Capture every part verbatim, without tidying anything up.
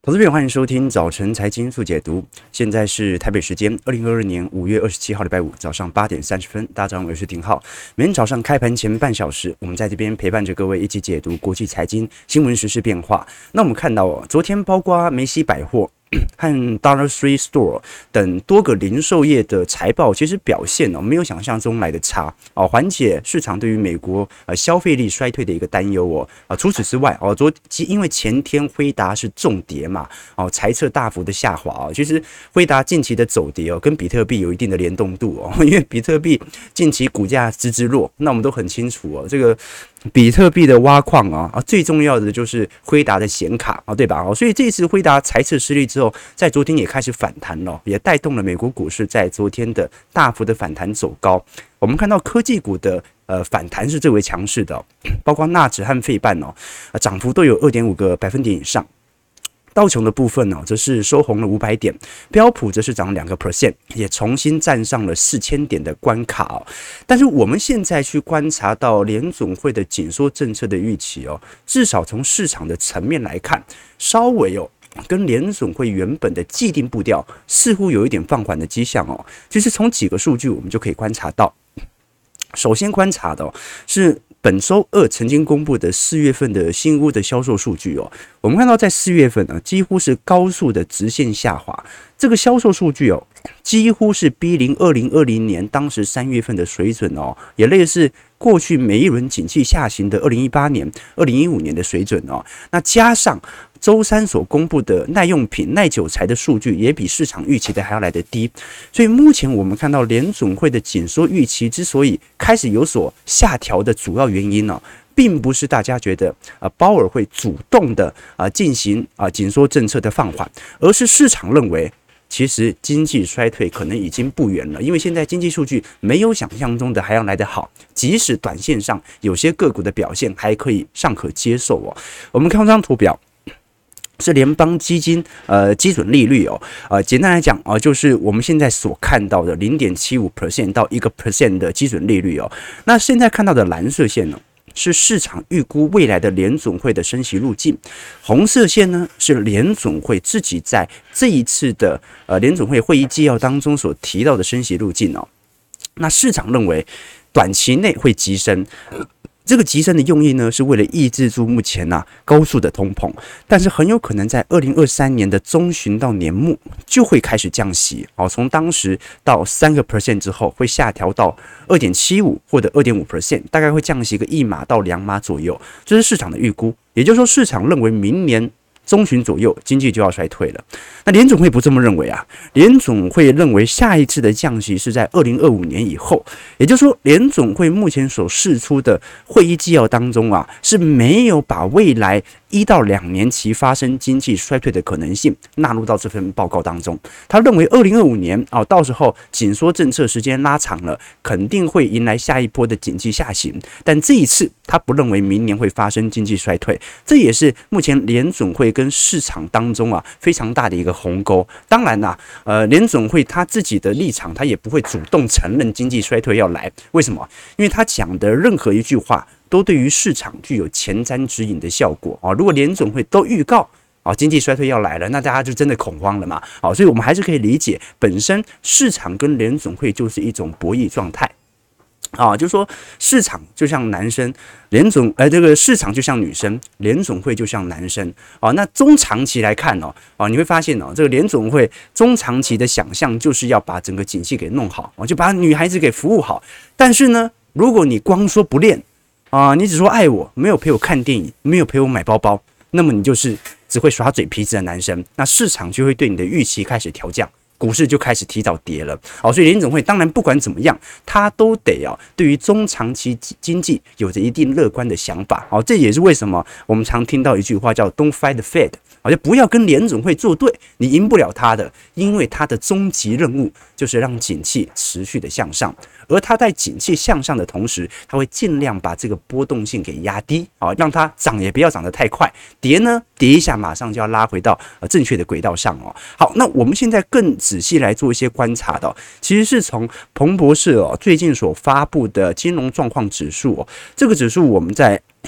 投资朋友，欢迎收听早晨财经速解读。现在是台北时间二零二二年五月二十七号礼拜五早上八点三十分，大家早上好，我是廷浩。每天早上开盘前半小时，我们在这边陪伴着各位一起解读国际财经新闻、时事变化。那我们看到哦，昨天包括梅西百货和 Dollar Tree Store 等多个零售业的财报，其实表现哦没有想象中来的差哦，缓解市场对于美国呃消费力衰退的一个担忧哦啊。除此之外哦，昨因为前天辉达是重跌嘛哦，财测大幅的下滑哦，其实辉达近期的走跌哦，跟比特币有一定的联动度哦，因为比特币近期股价直直落，那我们都很清楚哦，这个比特币的挖矿啊啊，最重要的就是辉达的显卡啊，对吧？哦，所以这一次辉达财测失利之后，在昨天也开始反弹了，也带动了美国股市在昨天的大幅的反弹走高。我们看到科技股的呃反弹是最为强势的、哦，包括纳指和费半哦，涨幅都有 二点五 个百分点以上。道琼的部分呢、哦，则是收红了五百点，标普则是涨两个 percent， 也重新站上了四千点的关卡哦。但是我们现在去观察到联总会的紧缩政策的预期哦，至少从市场的层面来看，稍微哦。跟联总会原本的既定步调似乎有一点放缓的迹象哦。其实从几个数据我们就可以观察到，首先观察的、哦、是本周二曾经公布的四月份的新屋的销售数据哦。我们看到在四月份呢，几乎是高速的直线下滑，这个销售数据哦，几乎是逼临二零二零年当时三月份的水准哦，也类似过去每一轮景气下行的二零一八年、二零一五年的水准哦。那加上周三所公布的耐用品、耐久材的数据，也比市场预期的还要来得低，所以目前我们看到联总会的紧缩预期之所以开始有所下调的主要原因呢、哦，并不是大家觉得啊鲍尔会主动的啊进行啊紧缩政策的放缓，而是市场认为。其实经济衰退可能已经不远了，因为现在经济数据没有想象中的还要来得好，即使短线上有些个股的表现还可以尚可接受哦。我们看这张图表。是联邦基金呃基准利率哦，呃简单来讲啊、呃，就是我们现在所看到的 百分之零点七五 到一个 percent 的基准利率哦。那现在看到的蓝色线呢，是市场预估未来的联总会的升息路径，红色线呢是联总会自己在这一次的呃联总会会议纪要当中所提到的升息路径哦。那市场认为短期内会急升。这个急升的用意呢，是为了抑制住目前啊高速的通膨，但是很有可能在二零二三年的中旬到年末就会开始降息，哦，从当时到三个 percent 之后会下调到二点七五或者二点五 percent， 大概会降息个一码到两码左右，这是市场的预估。也就是说，市场认为明年中旬左右经济就要衰退了。那联总会不这么认为啊，联总会认为下一次的降息是在二零二五年以后，也就是说，联总会目前所释出的会议纪要当中啊，是没有把未来一到两年期发生经济衰退的可能性纳入到这份报告当中。他认为二零二五年啊，到时候紧缩政策时间拉长了，肯定会迎来下一波的经济下行，但这一次他不认为明年会发生经济衰退，这也是目前联总会跟市场当中啊非常大的一个鸿沟。当然啦、啊，呃，联总会他自己的立场，他也不会主动承认经济衰退要来。为什么？因为他讲的任何一句话都对于市场具有前瞻指引的效果啊。如果联总会都预告啊经济衰退要来了，那大家就真的恐慌了嘛。好，所以我们还是可以理解，本身市场跟联总会就是一种博弈状态。啊，就是说市场就像男生，联总呃这个市场就像女生，联总会就像男生啊。那中长期来看哦，啊你会发现哦，这个联总会中长期的想象就是要把整个景气给弄好，啊，就把女孩子给服务好。但是呢，如果你光说不练啊，你只说爱我，没有陪我看电影，没有陪我买包包，那么你就是只会耍嘴皮子的男生，那市场就会对你的预期开始调降。股市就开始提早跌了，哦，所以联总会当然不管怎么样，他都得啊，对于中长期经济有着一定乐观的想法，哦，这也是为什么我们常听到一句话叫 "Don't fight the Fed"， 哦，就不要跟联总会作对，你赢不了他的，因为他的终极任务就是让景气持续的向上，而他在景气向上的同时，他会尽量把这个波动性给压低，啊，让它涨也不要涨得太快，跌呢跌一下马上就要拉回到呃正确的轨道上哦。好，那我们现在更仔细来做一些观察的、哦，其实是从彭博社哦最近所发布的金融状况指数哦，这个指数我们在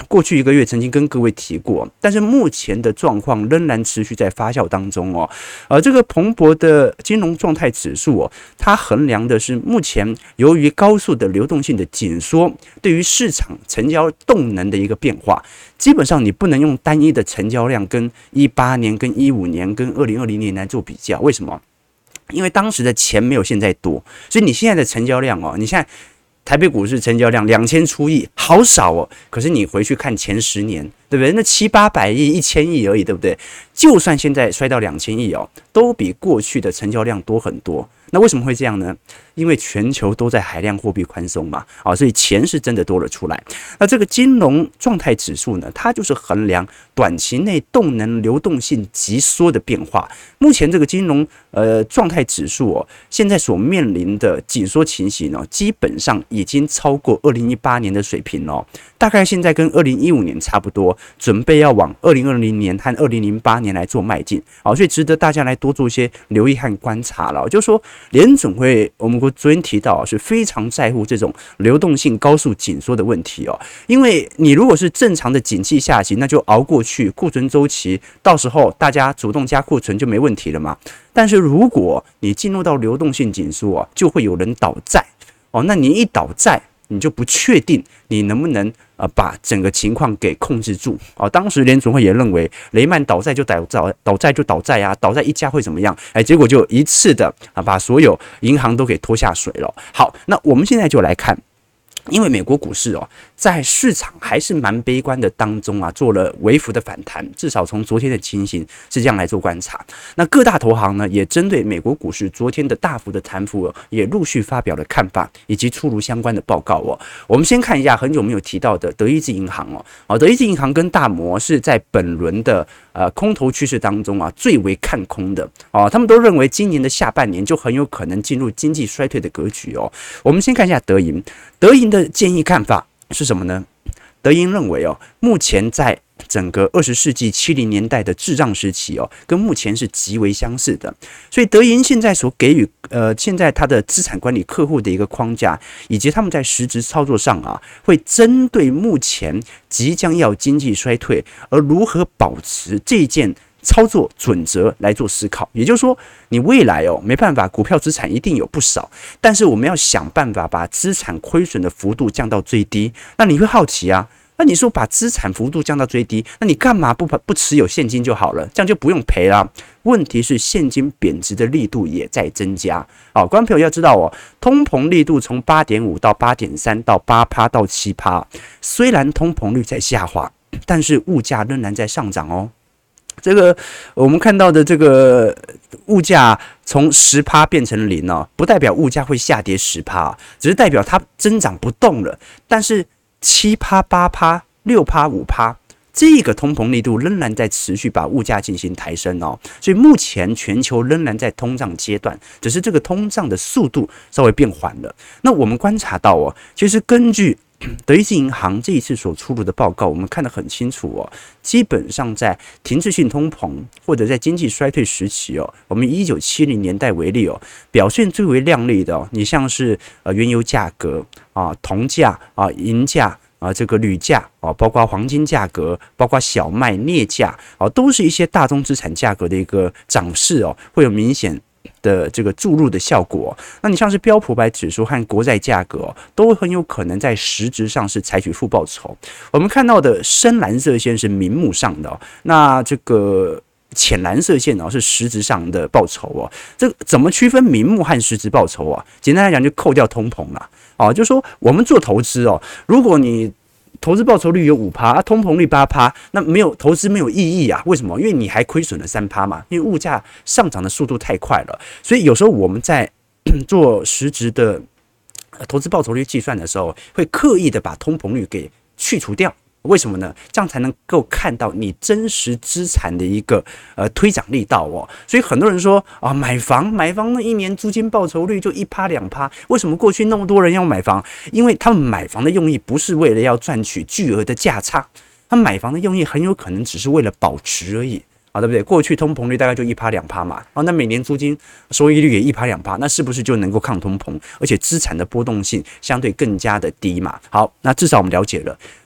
过去一个月曾经跟各位提过，但是目前的状况仍然持续在发酵当中哦。而这个彭博的金融状态指数哦，它衡量的是目前由于高速的流动性的紧缩，对于市场成交动能的一个变化。基本上你不能用单一的成交量跟一八年、跟一五年、跟二零二零年来做比较，为什么？因为当时的钱没有现在多，所以你现在的成交量哦，你现在台北股市成交量两千出亿，好少哦。可是你回去看前十年，对不对？那七八百亿、一千亿而已，对不对？就算现在摔到两千亿哦，都比过去的成交量多很多。那为什么会这样呢？因为全球都在海量货币宽松嘛，啊，所以钱是真的多了出来。那这个金融状态指数呢，它就是衡量短期内动能流动性急缩的变化。目前这个金融呃状态指数哦，现在所面临的紧缩情形呢，基本上已经超过二零一八年的水平哦，大概现在跟二零一五年差不多，准备要往二零二零年和二零零八年来做迈进，好，所以值得大家来多做一些留意和观察了。就是说，联总会我们昨天提到是非常在乎这种流动性高速紧缩的问题哦，因为你如果是正常的景气下行，那就熬过去，库存周期到时候大家主动加库存就没问题了嘛。但是如果你进入到流动性紧缩啊，就会有人倒债哦，那你一倒债，你就不确定你能不能呃把整个情况给控制住哦。当时联总会也认为雷曼倒债就倒债，倒债就倒债啊，倒债一家会怎么样？哎，结果就一次的啊把所有银行都给拖下水了。好，那我们现在就来看。因为美国股市哦，在市场还是蛮悲观的当中啊，做了微幅的反弹，至少从昨天的情形是这样来做观察。那各大投行呢，也针对美国股市昨天的大幅的弹幅、哦，也陆续发表了看法，以及出炉相关的报告哦。我们先看一下很久没有提到的德意志银行哦，哦，德意志银行跟大摩是在本轮的呃空头趋势当中啊最为看空的哦，他们都认为今年的下半年就很有可能进入经济衰退的格局哦。我们先看一下德银，德银的建议看法是什么呢？德银认为哦，目前在整个二十世纪七零年代的滞胀时期哦，跟目前是极为相似的。所以德银现在所给予呃，现在它的资产管理客户的一个框架，以及他们在实质操作上啊，会针对目前即将要经济衰退而如何保持这件操作准则来做思考。也就是说，你未来哦没办法，股票资产一定有不少，但是我们要想办法把资产亏损的幅度降到最低。那你会好奇啊？那你说把资产幅度降到最低，那你干嘛不不持有现金就好了？这样就不用赔啦。问题是现金贬值的力度也在增加。好，观众朋友要知道哦，通膨力度从 八点五 到 八点三 到 百分之八 到 百分之七， 虽然通膨率在下滑，但是物价仍然在上涨哦。这个我们看到的这个物价从 百分之十 变成零哦，不代表物价会下跌 百分之十， 只是代表它增长不动了。但是 百分之七、百分之八、百分之六、百分之五， 这个通膨力度仍然在持续把物价进行抬升哦。所以目前全球仍然在通胀阶段，只是这个通胀的速度稍微变缓了。那我们观察到哦，其实根据德意志银行这一次所出炉的报告，我们看得很清楚哦。基本上在停滞性通膨或者在经济衰退时期哦，我们以一九七零年代为例哦，表现最为亮丽的哦，你像是呃原油价格啊、铜价啊、银价啊、这个铝价啊，包括黄金价格，包括小麦、镍价啊，都是一些大宗资产价格的一个涨势哦，会有明显的这个注入的效果。那你像是标普百指数和国债价格、哦、都很有可能在实质上是采取负报酬。我们看到的深蓝色线是名目上的、哦，那这个浅蓝色线哦是实质上的报酬哦。这个怎么区分名目和实质报酬啊？简单来讲，就扣掉通膨啦。哦，就是说我们做投资哦，如果你投资报酬率有 百分之五、啊、通膨率 百分之八， 那没有投资没有意义啊？为什么？因为你还亏损了 百分之三 嘛，因为物价上涨的速度太快了。所以有时候我们在做实质的投资报酬率计算的时候，会刻意的把通膨率给去除掉。为什么呢？这样才能够看到你真实资产的一个呃推涨力道哦。所以很多人说啊，买房买房那一年租金报酬率就一趴两趴，为什么过去那么多人要买房？因为他们买房的用意不是为了要赚取巨额的价差，他买房的用意很有可能只是为了保值而已。啊，对不对？过去通膨率大概就一趴两趴嘛，啊，那每年租金收益率也一趴两趴，那是不是就能够抗通膨？而且资产的波动性相对更加的低嘛？好，那至少我们了解了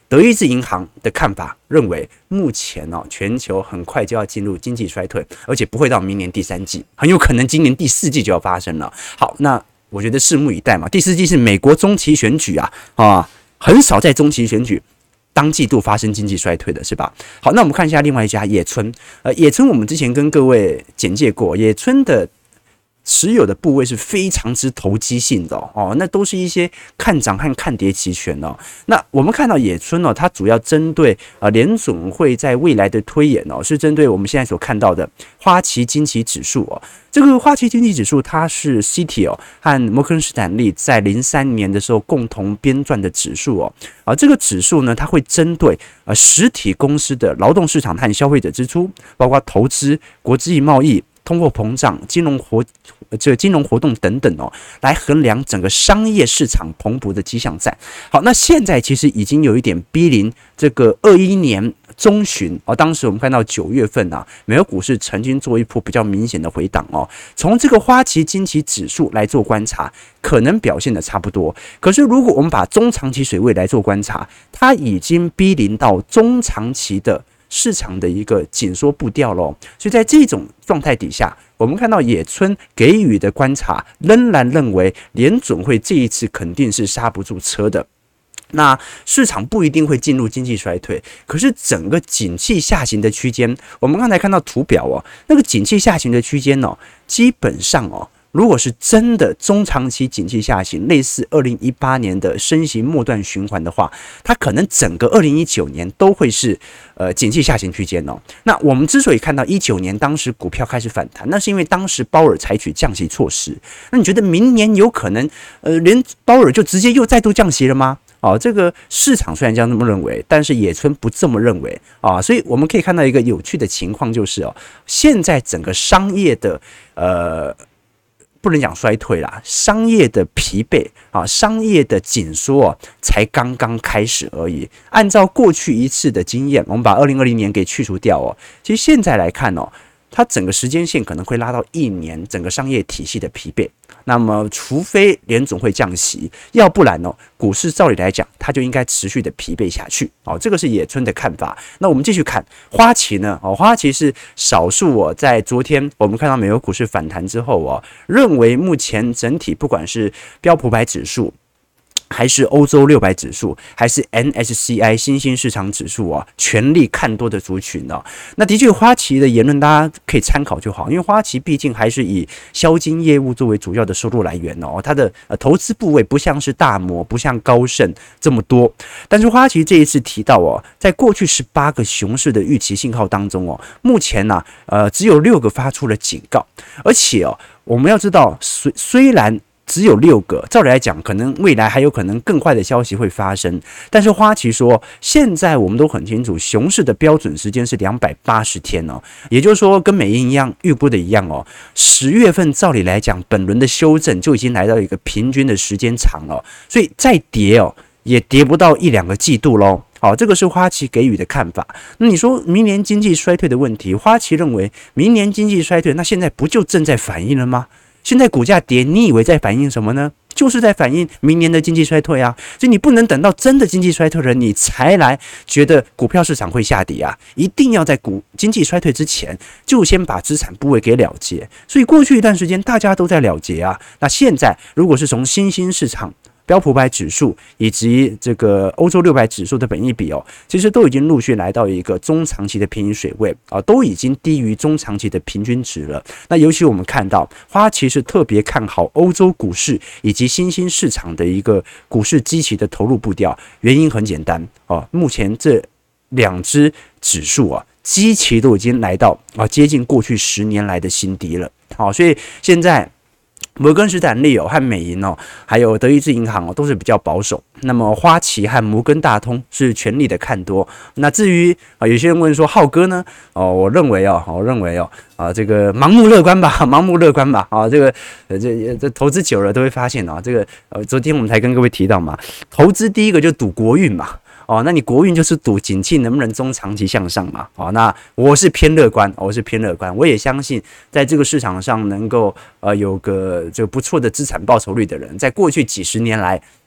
德意志银行的看法认为，目前哦，全球很快就要进入经济衰退，而且不会到明年第三季，很有可能今年第四季就要发生了。好，那我觉得拭目以待嘛。第四季是美国中期选举啊，啊，很少在中期选举当季度发生经济衰退的是吧？好，那我们看一下另外一家野村，呃，野村我们之前跟各位简介过，野村的持有的部位是非常之投机性的 哦, 哦，那都是一些看涨和看跌期权哦。那我们看到野村哦，它主要针对呃联准会在未来的推演哦，是针对我们现在所看到的花旗经济指数哦。这个花旗经济指数它是 C T 哦和摩根士丹利在零三年的时候共同编撰的指数哦。啊，这个指数呢，它会针对呃实体公司的劳动市场和消费者支出，包括投资、国际贸易、通货膨胀、金融活这个金融活动等等哦，来衡量整个商业市场蓬勃的迹象在。好，那现在其实已经有一点逼临这个二一年中旬哦，当时我们看到九月份啊，美国股市曾经做一波比较明显的回档哦。从这个花旗经济指数来做观察，可能表现的差不多。可是如果我们把中长期水位来做观察，它已经逼临到中长期的市场的一个紧缩步调咯。所以在这种状态底下，我们看到野村给予的观察仍然认为联准会这一次肯定是刹不住车的。那市场不一定会进入经济衰退，可是整个景气下行的区间，我们刚才看到图表哦，那个景气下行的区间哦，基本上哦，如果是真的中长期景气下行，类似二零一八年的升息末段循环的话，它可能整个二零一九年都会是呃景气下行区间哦。那我们之所以看到一九年当时股票开始反弹，那是因为当时鲍尔采取降息措施。那你觉得明年有可能呃连鲍尔就直接又再度降息了吗？哦，这个市场虽然这样这么认为，但是野村不这么认为啊，所以我们可以看到一个有趣的情况，就是哦，现在整个商业的呃。不能讲衰退啦，商业的疲惫啊，商业的紧缩啊，才刚刚开始而已。按照过去一次的经验，我们把二零二零年给去除掉哦，其实现在来看哦，它整个时间线可能会拉到一年，整个商业体系的疲惫。那么，除非联总会降息，要不然哦，股市照理来讲，它就应该持续的疲惫下去。哦，这个是野村的看法。那我们继续看花旗呢？哦，花旗是少数哦，在昨天我们看到美国股市反弹之后哦，认为目前整体不管是标普百指数，还是欧洲六百指数，还是 N S C I 新兴市场指数啊，全力看多的族群哦。那的确，花旗的言论大家可以参考就好，因为花旗毕竟还是以销金业务作为主要的收入来源哦。它的呃投资部位不像是大摩，不像高盛这么多。但是花旗这一次提到哦，在过去十八个熊市的预期信号当中哦，目前呢、啊，呃，只有六个发出了警告，而且哦，我们要知道，虽虽然只有六个，照理来讲，可能未来还有可能更坏的消息会发生。但是花旗说，现在我们都很清楚，熊市的标准时间是两百八十天哦，也就是说，跟美银一样预估的一样哦，十月份照理来讲，本轮的修正就已经来到一个平均的时间长了，所以再跌哦，也跌不到一两个季度咯。好，这个是花旗给予的看法。那你说明年经济衰退的问题，花旗认为明年经济衰退，那现在不就正在反映了吗？现在股价跌，你以为在反映什么呢？就是在反映明年的经济衰退啊！所以你不能等到真的经济衰退了，你才来觉得股票市场会下跌啊！一定要在股经济衰退之前，就先把资产部位给了结。所以过去一段时间大家都在了结啊。那现在如果是从新兴市场，标普百指数以及这个欧洲六百指数的本益比哦，其实都已经陆续来到一个中长期的平均水位啊，都已经低于中长期的平均值了。那尤其我们看到花旗是特别看好欧洲股市以及新兴市场的一个股市基期的投入步调，原因很简单哦，目前这两只指数啊，基期都已经来到啊接近过去十年来的新低了。好，所以现在摩根士丹利哦和美银哦，还有德意志银行哦，都是比较保守。那么花旗和摩根大通是全力的看多。那至于啊，有些人问说浩哥呢？哦，我认为哦，我认为哦，啊，这个盲目乐观吧，盲目乐观吧。啊，这个呃，这这投资久了都会发现啊，这个呃，昨天我们才跟各位提到嘛，投资第一个就赌国运嘛。哦，那你国运就是赌景气能不能中长期向上嘛？哦，那我是偏乐观，我是偏乐观，我也相信在这个市场上能够呃有个这个不错的资产报酬率的人，在过去几十年来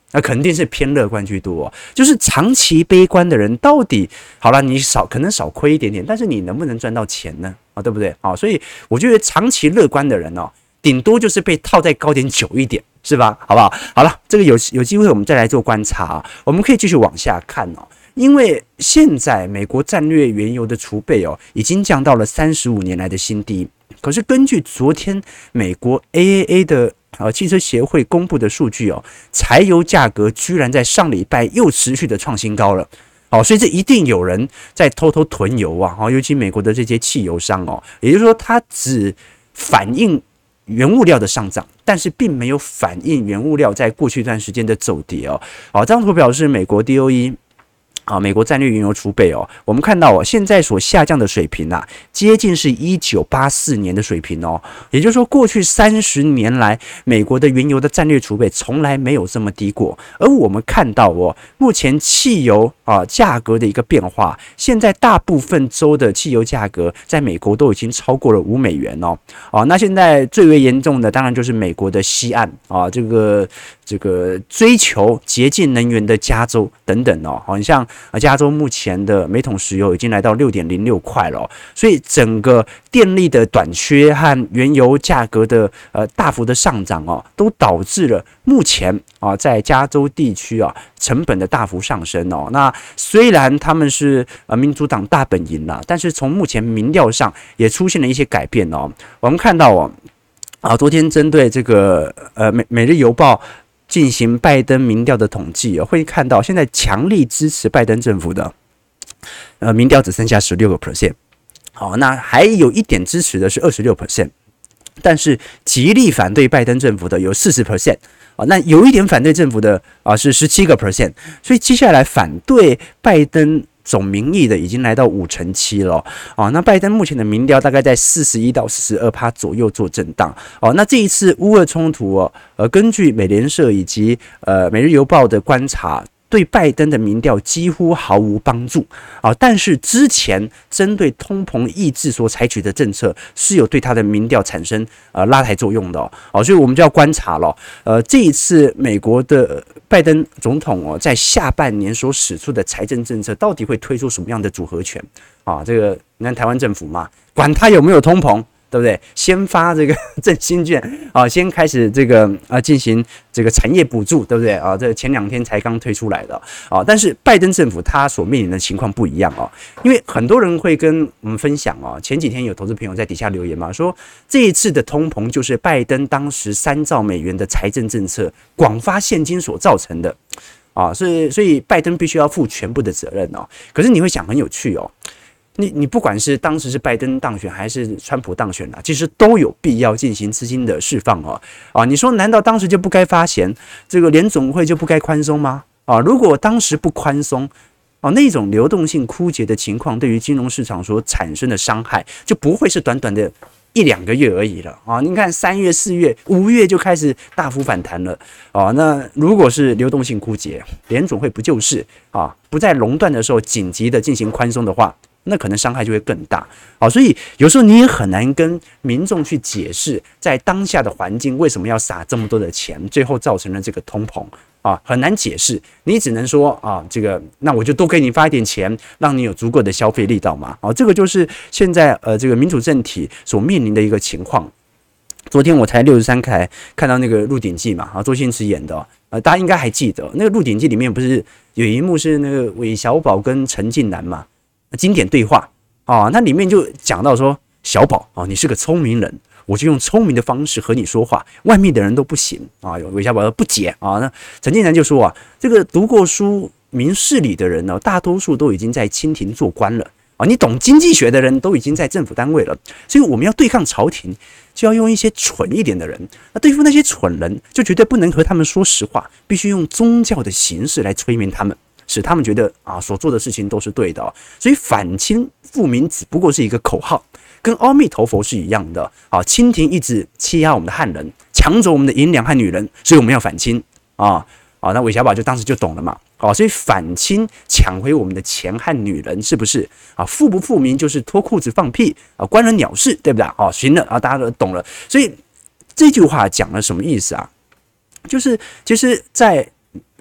那肯定是偏乐观居多、哦。就是长期悲观的人，到底好了，你少可能少亏一点点，但是你能不能赚到钱呢？啊，对不对？啊，所以我觉得长期乐观的人哦，顶多就是被套在高点久一点，是吧？好不好？好了，这个有有机会我们再来做观察啊。我们可以继续往下看哦，因为现在美国战略原油的储备哦，已经降到了三十五年来的新低。可是根据昨天美国 A A A 的呃汽车协会公布的数据哦，柴油价格居然在上礼拜又持续的创新高了。哦，所以这一定有人在偷偷囤油啊！哦，尤其美国的这些汽油商哦，也就是说，它只反映原物料的上涨，但是并没有反映原物料在过去一段时间的走跌哦。好，这张图表是美国 D O E。啊，美国战略原油储备哦，我们看到哦，现在所下降的水平啊，接近是一九八四年的水平哦，也就是说，过去三十年来，美国的原油的战略储备从来没有这么低过。而我们看到哦，目前汽油啊价格的一个变化，现在大部分州的汽油价格在美国都已经超过了五美元哦。啊，那现在最为严重的当然就是美国的西岸啊，这个这个追求洁净能源的加州等等哦，好像。啊，加州目前的每桶石油已经来到 六点零六块了、哦，所以整个电力的短缺和原油价格的呃大幅的上涨哦，都导致了目前啊在加州地区啊成本的大幅上升哦。那虽然他们是呃民主党大本营啦，但是从目前民调上也出现了一些改变哦。我们看到哦，啊昨天针对这个呃每每日邮报。进行拜登民调的统计、哦、会看到现在强力支持拜登政府的，呃，民调只剩下 百分之十六。好，那还有一点支持的是 百分之二十六， 但是极力反对拜登政府的有 百分之四十。啊，那有一点反对政府的啊是 百分之十七， 所以接下来反对拜登总民意的已经来到五成七了哦。那拜登目前的民调大概在四十一到四十二%左右做震荡哦。那这一次乌俄冲突哦，呃，根据美联社以及呃每日邮报的观察，对拜登的民调几乎毫无帮助啊。但是之前针对通膨抑制所采取的政策是有对他的民调产生呃拉抬作用的哦。哦，所以我们就要观察了。呃，这一次美国的拜登总统哦，在下半年所使出的财政政策，到底会推出什么样的组合拳啊？这个你看台湾政府嘛，管他有没有通膨。对不对？先发这个振兴券啊，先开始这个啊进行这个产业补助，对不对啊？这前两天才刚推出来的啊，但是拜登政府他所面临的情况不一样哦，因为很多人会跟我们分享哦，前几天有投资朋友在底下留言嘛，说这一次的通膨就是拜登当时三兆美元的财政政策广发现金所造成的啊，所以所以拜登必须要负全部的责任哦。可是你会想很有趣哦。你你不管是当时是拜登当选还是川普当选啦，其实都有必要进行资金的释放哦。啊，你说难道当时就不该发钱，这个联总会就不该宽松吗？啊，如果当时不宽松，哦，那种流动性枯竭的情况对于金融市场所产生的伤害，就不会是短短的一两个月而已了啊！你看三月、四月、五月就开始大幅反弹了啊。那如果是流动性枯竭，联总会不救市啊，不在熔断的时候紧急的进行宽松的话，那可能伤害就会更大啊，所以有时候你也很难跟民众去解释，在当下的环境为什么要撒这么多的钱，最后造成了这个通膨啊，很难解释。你只能说啊，这个那我就多给你发一点钱，让你有足够的消费力道嘛。啊，这个就是现在呃这个民主政体所面临的一个情况。昨天我才六十三台看到那个《鹿鼎记》嘛，啊，周星驰演的、哦，呃，大家应该还记得那个《鹿鼎记》里面不是有一幕是那个韦小宝跟陈近南嘛？经典对话啊，那里面就讲到说，小宝啊，你是个聪明人，我就用聪明的方式和你说话，外面的人都不行啊。韦小宝说不解啊，那陈近南就说啊，这个读过书、明事理的人呢，大多数都已经在清廷做官了啊，你懂经济学的人都已经在政府单位了，所以我们要对抗朝廷，就要用一些蠢一点的人。那对付那些蠢人，就绝对不能和他们说实话，必须用宗教的形式来催眠他们。使他们觉得啊，所做的事情都是对的、哦，所以反清复明只不过是一个口号，跟阿弥陀佛是一样的啊。清廷一直欺压我们的汉人，抢走我们的银两和女人，所以我们要反清啊啊！那韦小宝就当时就懂了嘛，啊，所以反清抢回我们的钱和女人，是不是啊？复不复明就是脱裤子放屁啊，关人鸟事，对不对啊？行了啊，大家都懂了。所以这句话讲了什么意思啊？就是其实，在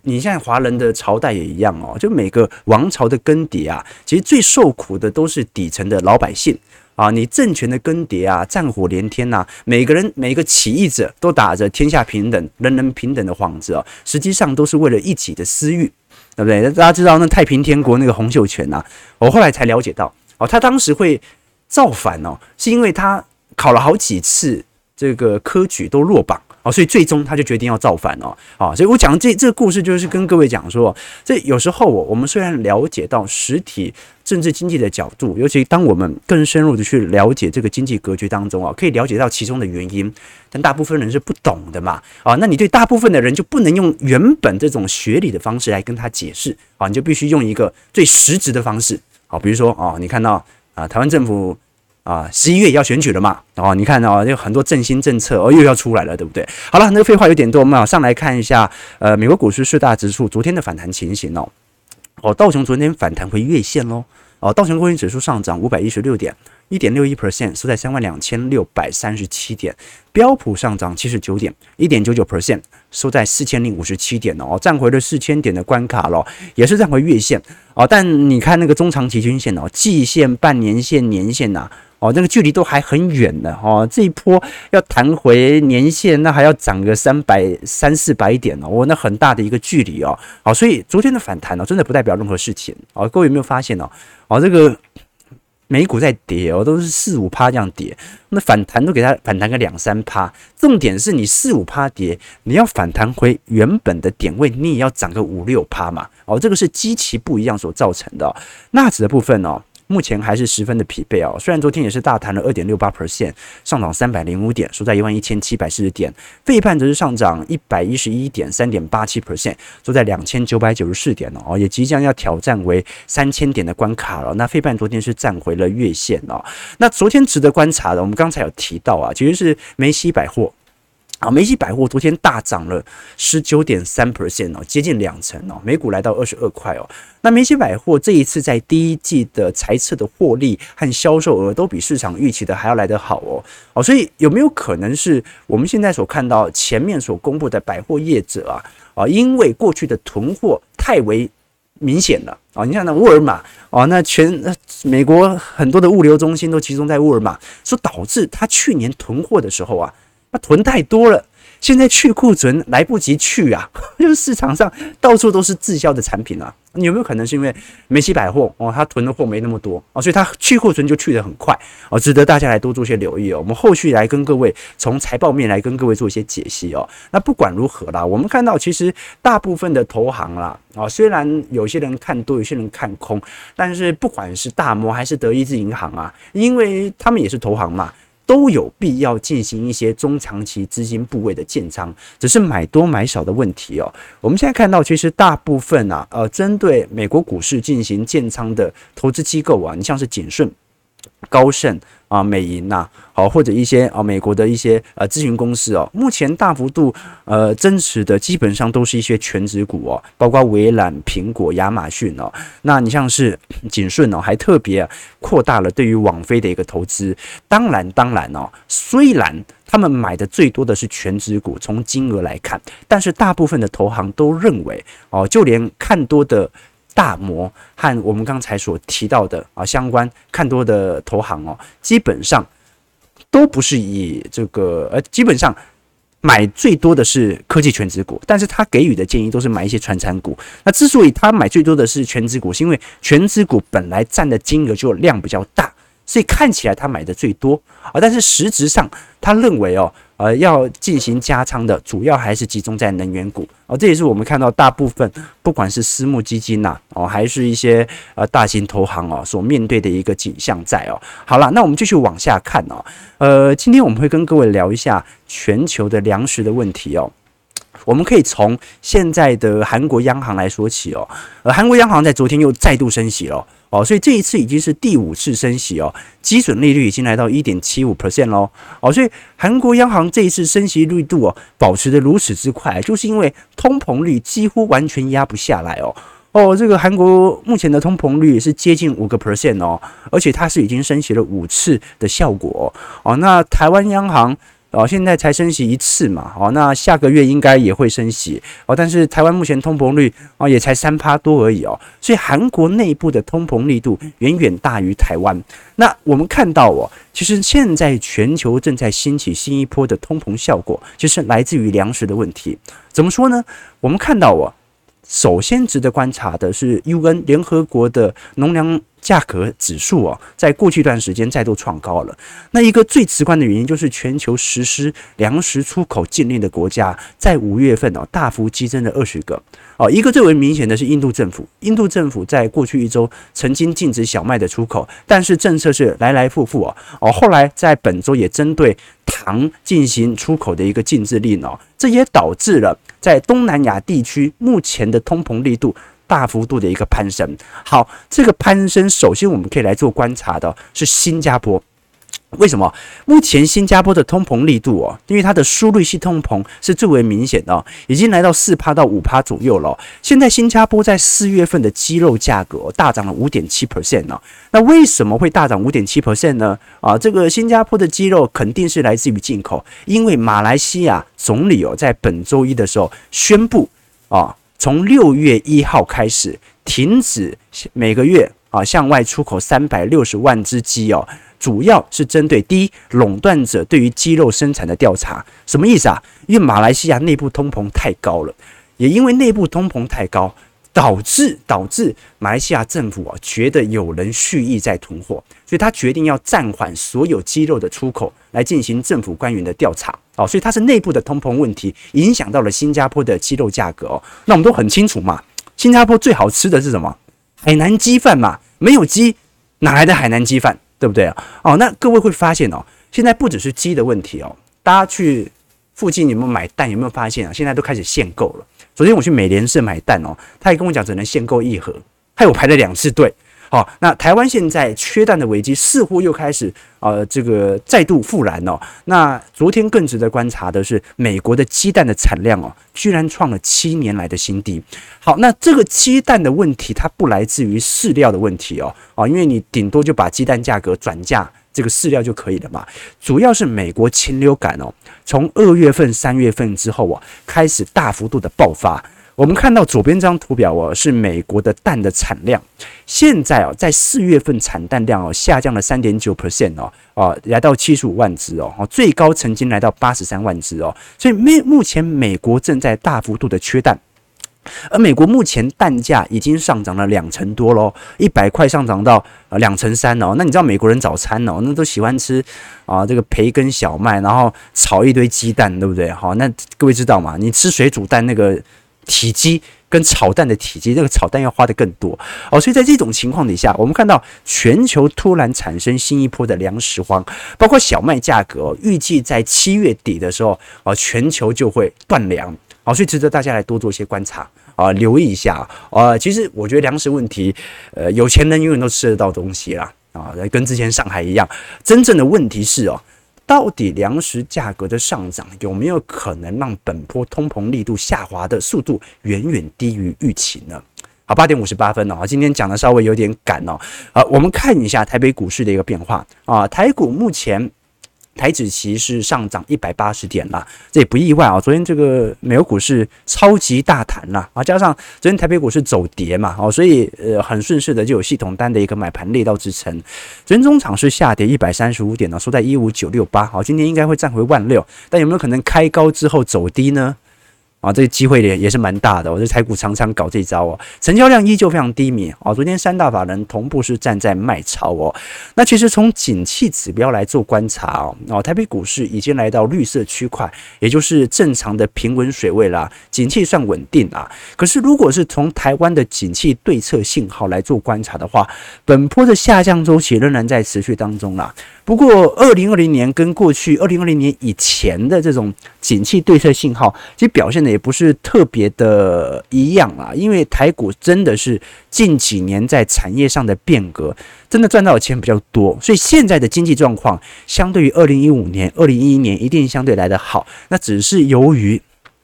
你现在华人的朝代也一样哦，就每个王朝的更迭啊，其实最受苦的都是底层的老百姓。啊，你政权的更迭啊，战火连天呐、啊，每个人每个起义者都打着天下平等、人人平等的幌子哦，实际上都是为了一己的私欲，对不对？大家知道那太平天国那个洪秀全呐、啊，我后来才了解到哦，他当时会造反哦，是因为他考了好几次这个科举都落榜。哦，所以最终他就决定要造反哦，啊，所以我讲这这个故事就是跟各位讲说，这有时候我我们虽然了解到实体政治经济的角度，尤其当我们更深入的去了解这个经济格局当中啊，可以了解到其中的原因，但大部分人是不懂的嘛，啊，那你对大部分的人就不能用原本这种学理的方式来跟他解释啊，你就必须用一个最实质的方式，好，比如说哦，你看到啊，台湾政府。啊，十一月要选举了嘛？哦，你看哦，有很多振兴政策哦，又要出来了，对不对？好了，那个废话有点多，我们马上来看一下，呃，美国股市四大指数昨天的反弹情形哦。哦，道琼昨天反弹回月线喽。哦，道琼工业指数上涨五百一十六点，一点六一 percent， 收在三万两千六百三十七点。标普上涨七十九点，一点九九 percent， 收在四千零五十七点哦，站回了四千点的关卡了，也是站回月线哦。但你看那个中长期均线哦，季线、半年线、年线呐、啊。哦，那个距离都还很远的哦，这一波要弹回年线，那还要涨个三百三四百点哦，那很大的一个距离哦。好，所以昨天的反弹哦，真的不代表任何事情哦。各位有没有发现哦？哦，这个美股在跌哦，都是四五趴这样跌，那反弹都给它反弹个两三趴。重点是你四五趴跌，你要反弹回原本的点位，你也要涨个五六趴嘛。哦，这个是极其不一样所造成的、哦。纳指的部分哦。目前还是十分的疲惫哦，虽然昨天也是大弹了 二点六八 percent， 上涨三百零五点，收在一万一千七百四十点。费半则是上涨一百一十一点 三点八七 percent， 收在两千九百九十四点哦，也即将要挑战为三千点的关卡了。那费半昨天是站回了月线哦。那昨天值得观察的，我们刚才有提到啊，其实是梅西百货。啊，梅西百货昨天大涨了 百分之十九点三 哦，接近两成哦，每股来到二十二块哦。那梅西百货这一次在第一季的财测的获利和销售额都比市场预期的还要来得好哦。哦，所以有没有可能是我们现在所看到前面所公布的百货业者啊，啊，因为过去的囤货太为明显了啊！你看那沃尔玛哦，那全美国很多的物流中心都集中在沃尔玛，所导致他去年囤货的时候啊。那囤太多了，现在去库存来不及去啊，就是市场上到处都是滞销的产品啊。你有没有可能是因为梅西百货哦，它囤的货没那么多哦，所以它去库存就去得很快哦，值得大家来多做些留意哦。我们后续来跟各位从财报面来跟各位做一些解析哦。那不管如何啦，我们看到其实大部分的投行啦啊，虽然有些人看多，有些人看空，但是不管是大摩还是德意志银行啊，因为他们也是投行嘛。都有必要进行一些中长期资金部位的建仓，只是买多买少的问题哦。我们现在看到，其实大部分啊，呃，针对美国股市进行建仓的投资机构啊，你像是景顺、高盛啊、美银呐，好，或者一些啊美国的一些呃咨询公司哦，目前大幅度呃增持的基本上都是一些全指股哦，包括微软、苹果、亚马逊哦。那你像是景顺哦，还特别扩大了对于网飞的一个投资。当然，当然哦，虽然他们买的最多的是全指股，从金额来看，但是大部分的投行都认为哦，就连看多的。大摩和我们刚才所提到的啊相关看多的投行哦，基本上都不是以这个呃，基本上买最多的是科技全指股，但是他给予的建议都是买一些传产股。那之所以他买最多的是全指股，是因为全指股本来占的金额就量比较大，所以看起来他买的最多啊，但是实质上他认为哦。呃，要进行加仓的，主要还是集中在能源股哦。这也是我们看到大部分，不管是私募基金呐、啊，哦，还是一些呃大型投行哦，所面对的一个景象在哦。好了，那我们继续往下看哦。呃，今天我们会跟各位聊一下全球的粮食的问题哦。我们可以从现在的韩国央行来说起哦。呃，韩国央行在昨天又再度升息了。哦，所以这一次已经是第五次升息哦，基准利率已经来到 百分之一点七五 喽。哦，所以韩国央行这一次升息力度哦，保持得如此之快，就是因为通膨率几乎完全压不下来哦。哦，这个韩国目前的通膨率是接近 百分之五 哦，而且它是已经升息了五次的效果哦。哦，那台湾央行。 哦，现在才升息一次嘛，哦，那下个月应该也会升息哦，但是台湾目前通膨率哦也才三趴多而已哦，所以韩国内部的通膨力度远远大于台湾。那我们看到哦，其实现在全球正在兴起新一波的通膨效果，就是来自于粮食的问题。怎么说呢？我们看到哦，首先值得观察的是 U N 联合国的农粮价格指数哦，在过去一段时间再度创高了。那一个最直观的原因就是全球实施粮食出口禁令的国家，在五月份哦大幅激增了二十个哦。一个最为明显的是印度政府，印度政府在过去一周曾经禁止小麦的出口，但是政策是来来复复哦哦，后来在本周也针对糖进行出口的一个禁制令哦，这也导致了在东南亚地区目前的通膨力度大幅度的一个攀升。好，这个攀升首先我们可以来做观察的是新加坡。为什么？目前新加坡的通膨力度哦，因为它的输入性通膨是最为明显的哦，已经来到 百分之四 到 百分之五 左右了哦。现在新加坡在四月份的鸡肉价格哦，大涨了 百分之五点七 哦。那为什么会大涨 百分之五点七 呢？啊，这个新加坡的鸡肉肯定是来自于进口，因为马来西亚总理哦在本周一的时候宣布啊，从六月一号开始停止每个月啊向外出口三百六十万只鸡哦。主要是针对第一垄断者对于鸡肉生产的调查，什么意思啊？因为马来西亚内部通膨太高了，也因为内部通膨太高，导致导致马来西亚政府啊觉得有人蓄意在囤货，所以他决定要暂缓所有鸡肉的出口，来进行政府官员的调查哦。所以它是内部的通膨问题影响到了新加坡的鸡肉价格哦。那我们都很清楚嘛，新加坡最好吃的是什么？海南鸡饭嘛，没有鸡哪来的海南鸡饭？对不对啊？哦，那各位会发现哦，现在不只是鸡的问题哦，大家去附近有没有买蛋？有没有发现啊？现在都开始限购了。昨天我去美联社买蛋哦，他也跟我讲只能限购一盒，害我排了两次队。好、哦，那台湾现在缺蛋的危机似乎又开始呃这个再度复燃哦。那昨天更值得观察的是，美国的鸡蛋的产量哦，居然创了七年来的新低。好，那这个鸡蛋的问题，它不来自于饲料的问题哦，哦，因为你顶多就把鸡蛋价格转嫁这个饲料就可以了嘛。主要是美国禽流感哦，从二月份、三月份之后啊，开始大幅度的爆发。我们看到左边这张图表哦，是美国的蛋的产量，现在哦，在四月份产蛋量哦下降了 百分之三点九 哦，哦，来到七十五万只哦，最高曾经来到八十三万只哦，所以目前美国正在大幅度的缺蛋。而美国目前蛋价已经上涨了两成多咯，一百块上涨到呃两成三哦。那你知道美国人早餐哦，那都喜欢吃啊这个培根小麦，然后炒一堆鸡蛋，对不对？好，那各位知道吗？你吃水煮蛋那个体积跟炒蛋的体积，那个炒蛋要花的更多哦。所以在这种情况底下，我们看到全球突然产生新一波的粮食荒，包括小麦价格、哦，预计在七月底的时候，哦，全球就会断粮。好，所以值得大家来多做一些观察啊，留意一下啊。其实我觉得粮食问题，呃，有钱人永远都吃得到东西啦啊，跟之前上海一样。真正的问题是哦，到底粮食价格的上涨有没有可能让本波通膨力度下滑的速度远远低于预期呢？好，八点五十八分哦，今天讲的稍微有点赶哦。呃，我们看一下台北股市的一个变化啊，台股目前。台指期是上涨一百八十点啦，这也不意外啊。昨天这个美国股市超级大弹啦，啊，加上昨天台北股市走跌嘛，哦，所以呃很顺势的就有系统单的一个买盘力道支撑。昨天中场是下跌一百三十五点呢，收在一五九六八，好，今天应该会站回万六，但有没有可能开高之后走低呢？啊，这个机会也也是蛮大的。我、哦、这台股常常搞这招哦，成交量依旧非常低迷哦。昨天三大法人同步是站在卖超哦。那其实从景气指标来做观察哦，哦，台北股市已经来到绿色区块，也就是正常的平稳水位啦，景气算稳定啊。可是如果是从台湾的景气对策信号来做观察的话，本波的下降周期仍然在持续当中啦。不过，二零二零年跟过去二零二零年以前的这种景气对策信号，其实表现的也不是特别的一样啊。因为台股真的是近几年在产业上的变革，真的赚到的钱比较多，所以现在的经济状况相对于二零一五年、二零一一年一定相对来得好。那只是由于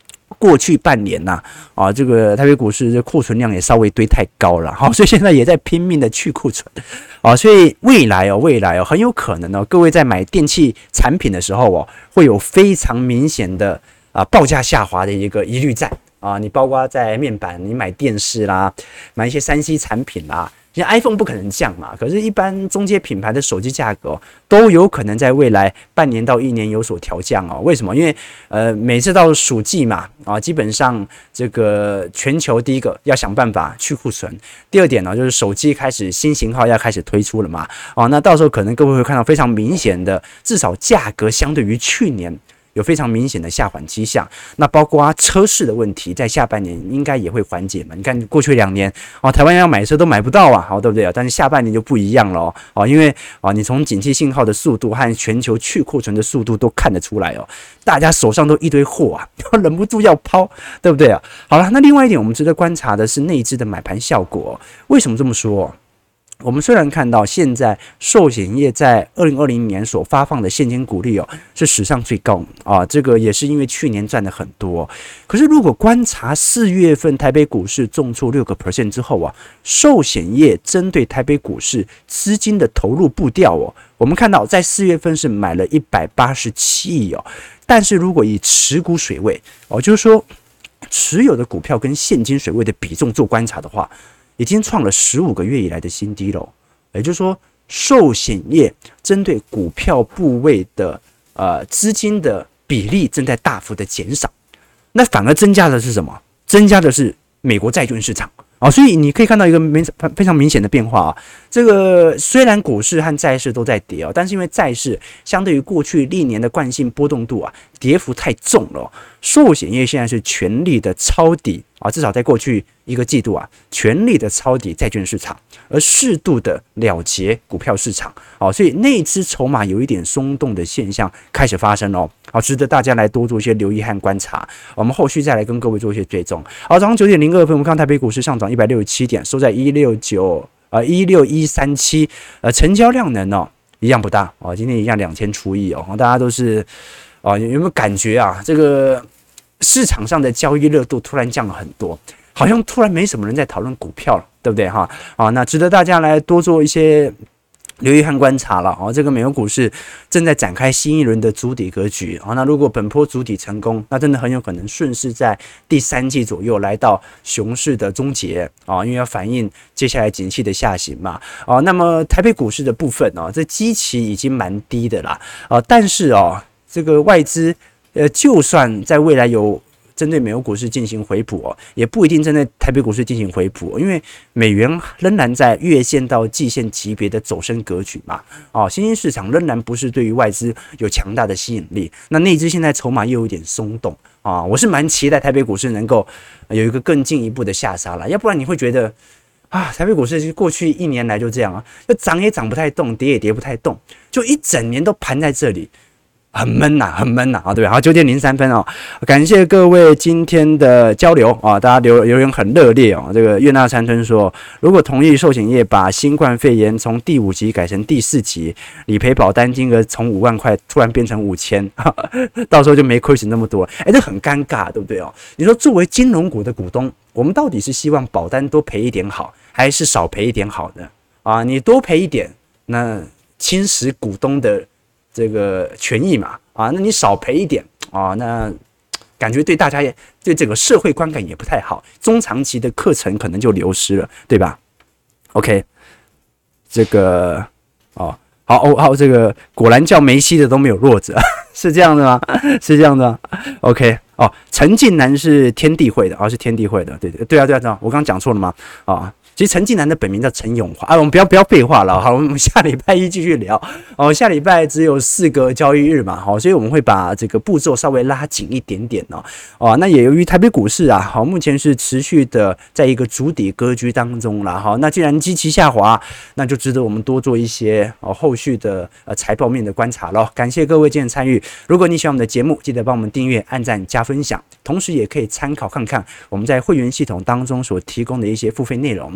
过去半年呐、啊，啊，这个台北股市这库存量也稍微堆太高了，好、啊，所以现在也在拼命的去库存，啊，所以未来哦，未来哦，很有可能哦，各位在买电器产品的时候哦，会有非常明显的啊报价下滑的一个疑虑在啊，你包括在面板，你买电视啦，买一些三 C 产品啦。像 iPhone 不可能降嘛，可是，一般中阶品牌的手机价格、哦、都有可能在未来半年到一年有所调降哦。为什么？因为呃，每次到暑季嘛，啊，基本上这个全球第一个要想办法去库存，第二点呢，就是手机开始新型号要开始推出了嘛，哦，那到时候可能各位会看到非常明显的，至少价格相对于去年。有非常明显的下缓迹象，那包括啊车市的问题，在下半年应该也会缓解嘛。你看过去两年哦，台湾要买车都买不到啊，好对不对啊？但是下半年就不一样了哦，哦因为啊你从景气信号的速度和全球去库存的速度都看得出来哦，大家手上都一堆货啊，忍不住要抛，对不对啊？好了，那另外一点我们值得观察的是内资的买盘效果、哦。为什么这么说？我们虽然看到现在寿险业在二零二零年所发放的现金股利哦是史上最高啊，这个也是因为去年赚的很多。可是如果观察四月份台北股市重挫六个 percent 之后啊，寿险业针对台北股市资金的投入步调哦，我们看到在四月份是买了一百八十七亿哦，但是如果以持股水位哦，就是说持有的股票跟现金水位的比重做观察的话。已经创了十五个月以来的新低了，也就是说，寿险业针对股票部位的呃资金的比例正在大幅的减少，那反而增加的是什么？增加的是美国债券市场啊、哦，所以你可以看到一个非常明显的变化啊。这个虽然股市和债市都在跌啊、哦，但是因为债市相对于过去历年的惯性波动度啊，跌幅太重了、哦。寿险业现在是全力的抄底啊，至少在过去一个季度啊，全力的抄底债券市场，而适度的了结股票市场，好，所以内资筹码有一点松动的现象开始发生哦，好，值得大家来多做一些留意和观察。我们后续再来跟各位做一些追踪。好，早上九点零二分，我们看台北股市上涨一百六十七点，收在一六九呃一六一三七，呃，成交量能哦一样不大哦，今天一样两千出亿哦，大家都是哦，有没有感觉啊？这个市场上的交易热度突然降了很多。好像突然没什么人在讨论股票了，对不对哈？啊，那值得大家来多做一些留意和观察了。哦，这个美国股市正在展开新一轮的筑底格局。啊，那如果本波筑底成功，那真的很有可能顺势在第三季左右来到熊市的终结啊，因为要反映接下来景气的下行嘛。啊，那么台北股市的部分哦，这基期已经蛮低的啦。啊，但是哦，这个外资呃，就算在未来有针对美国股市进行回补哦，也不一定针对台北股市进行回补，因为美元仍然在月线到季线级别的走升格局嘛。哦，新兴市场仍然不是对于外资有强大的吸引力，那内资现在筹码又有点松动啊，我是蛮期待台北股市能够有一个更进一步的下杀了，要不然你会觉得啊，台北股市过去一年来就这样啊，就涨也涨不太动，跌也跌不太动，就一整年都盘在这里。很闷呐、啊，很闷呐啊，对，好，九点零三分哦，感谢各位今天的交流啊，大家留留言很热烈哦。这个月纳山村说，如果同意寿险业把新冠肺炎从第五级改成第四级，理赔保单金额从五万块突然变成五千，到时候就没亏损那么多，哎，这很尴尬，对不对哦？你说作为金融股的股东，我们到底是希望保单多赔一点好，还是少赔一点好呢？啊，你多赔一点，那侵蚀股东的这个权益嘛，啊，那你少赔一点啊，那感觉对大家也对整个社会观感也不太好，中长期的课程可能就流失了，对吧 ？OK， 这个哦，好哦好，这个果然叫梅西的都没有弱者，是这样的吗？是这样的吗 ？OK， 哦，陈近南是天地会的，哦，是天地会的，对对对啊对啊对啊，我刚刚讲错了吗？啊。其实陈近南的本名叫陈永华，啊，我们不要不要废话了，好，我们下礼拜一继续聊。哦，下礼拜只有四个交易日嘛，好，所以我们会把这个步骤稍微拉紧一点点哦。哦，那也由于台北股市啊，好，目前是持续的在一个筑底格局当中了，好，那既然基期下滑，那就值得我们多做一些哦后续的呃财报面的观察咯。感谢各位今天的参与，如果你喜欢我们的节目，记得帮我们订阅、按赞、加分享，同时也可以参考看看我们在会员系统当中所提供的一些付费内容。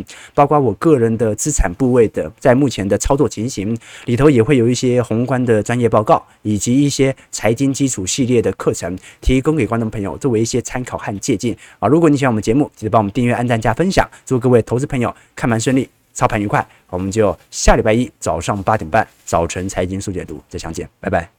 包括我个人的资产部位的在目前的操作情形里头，也会有一些宏观的专业报告，以及一些财经基础系列的课程，提供给观众朋友作为一些参考和借鉴啊。如果你喜欢我们节目，记得帮我们订阅、按赞、加分享。祝各位投资朋友看盘顺利，操盘愉快。我们就下礼拜一早上八点半早晨财经速解读再相见，拜拜。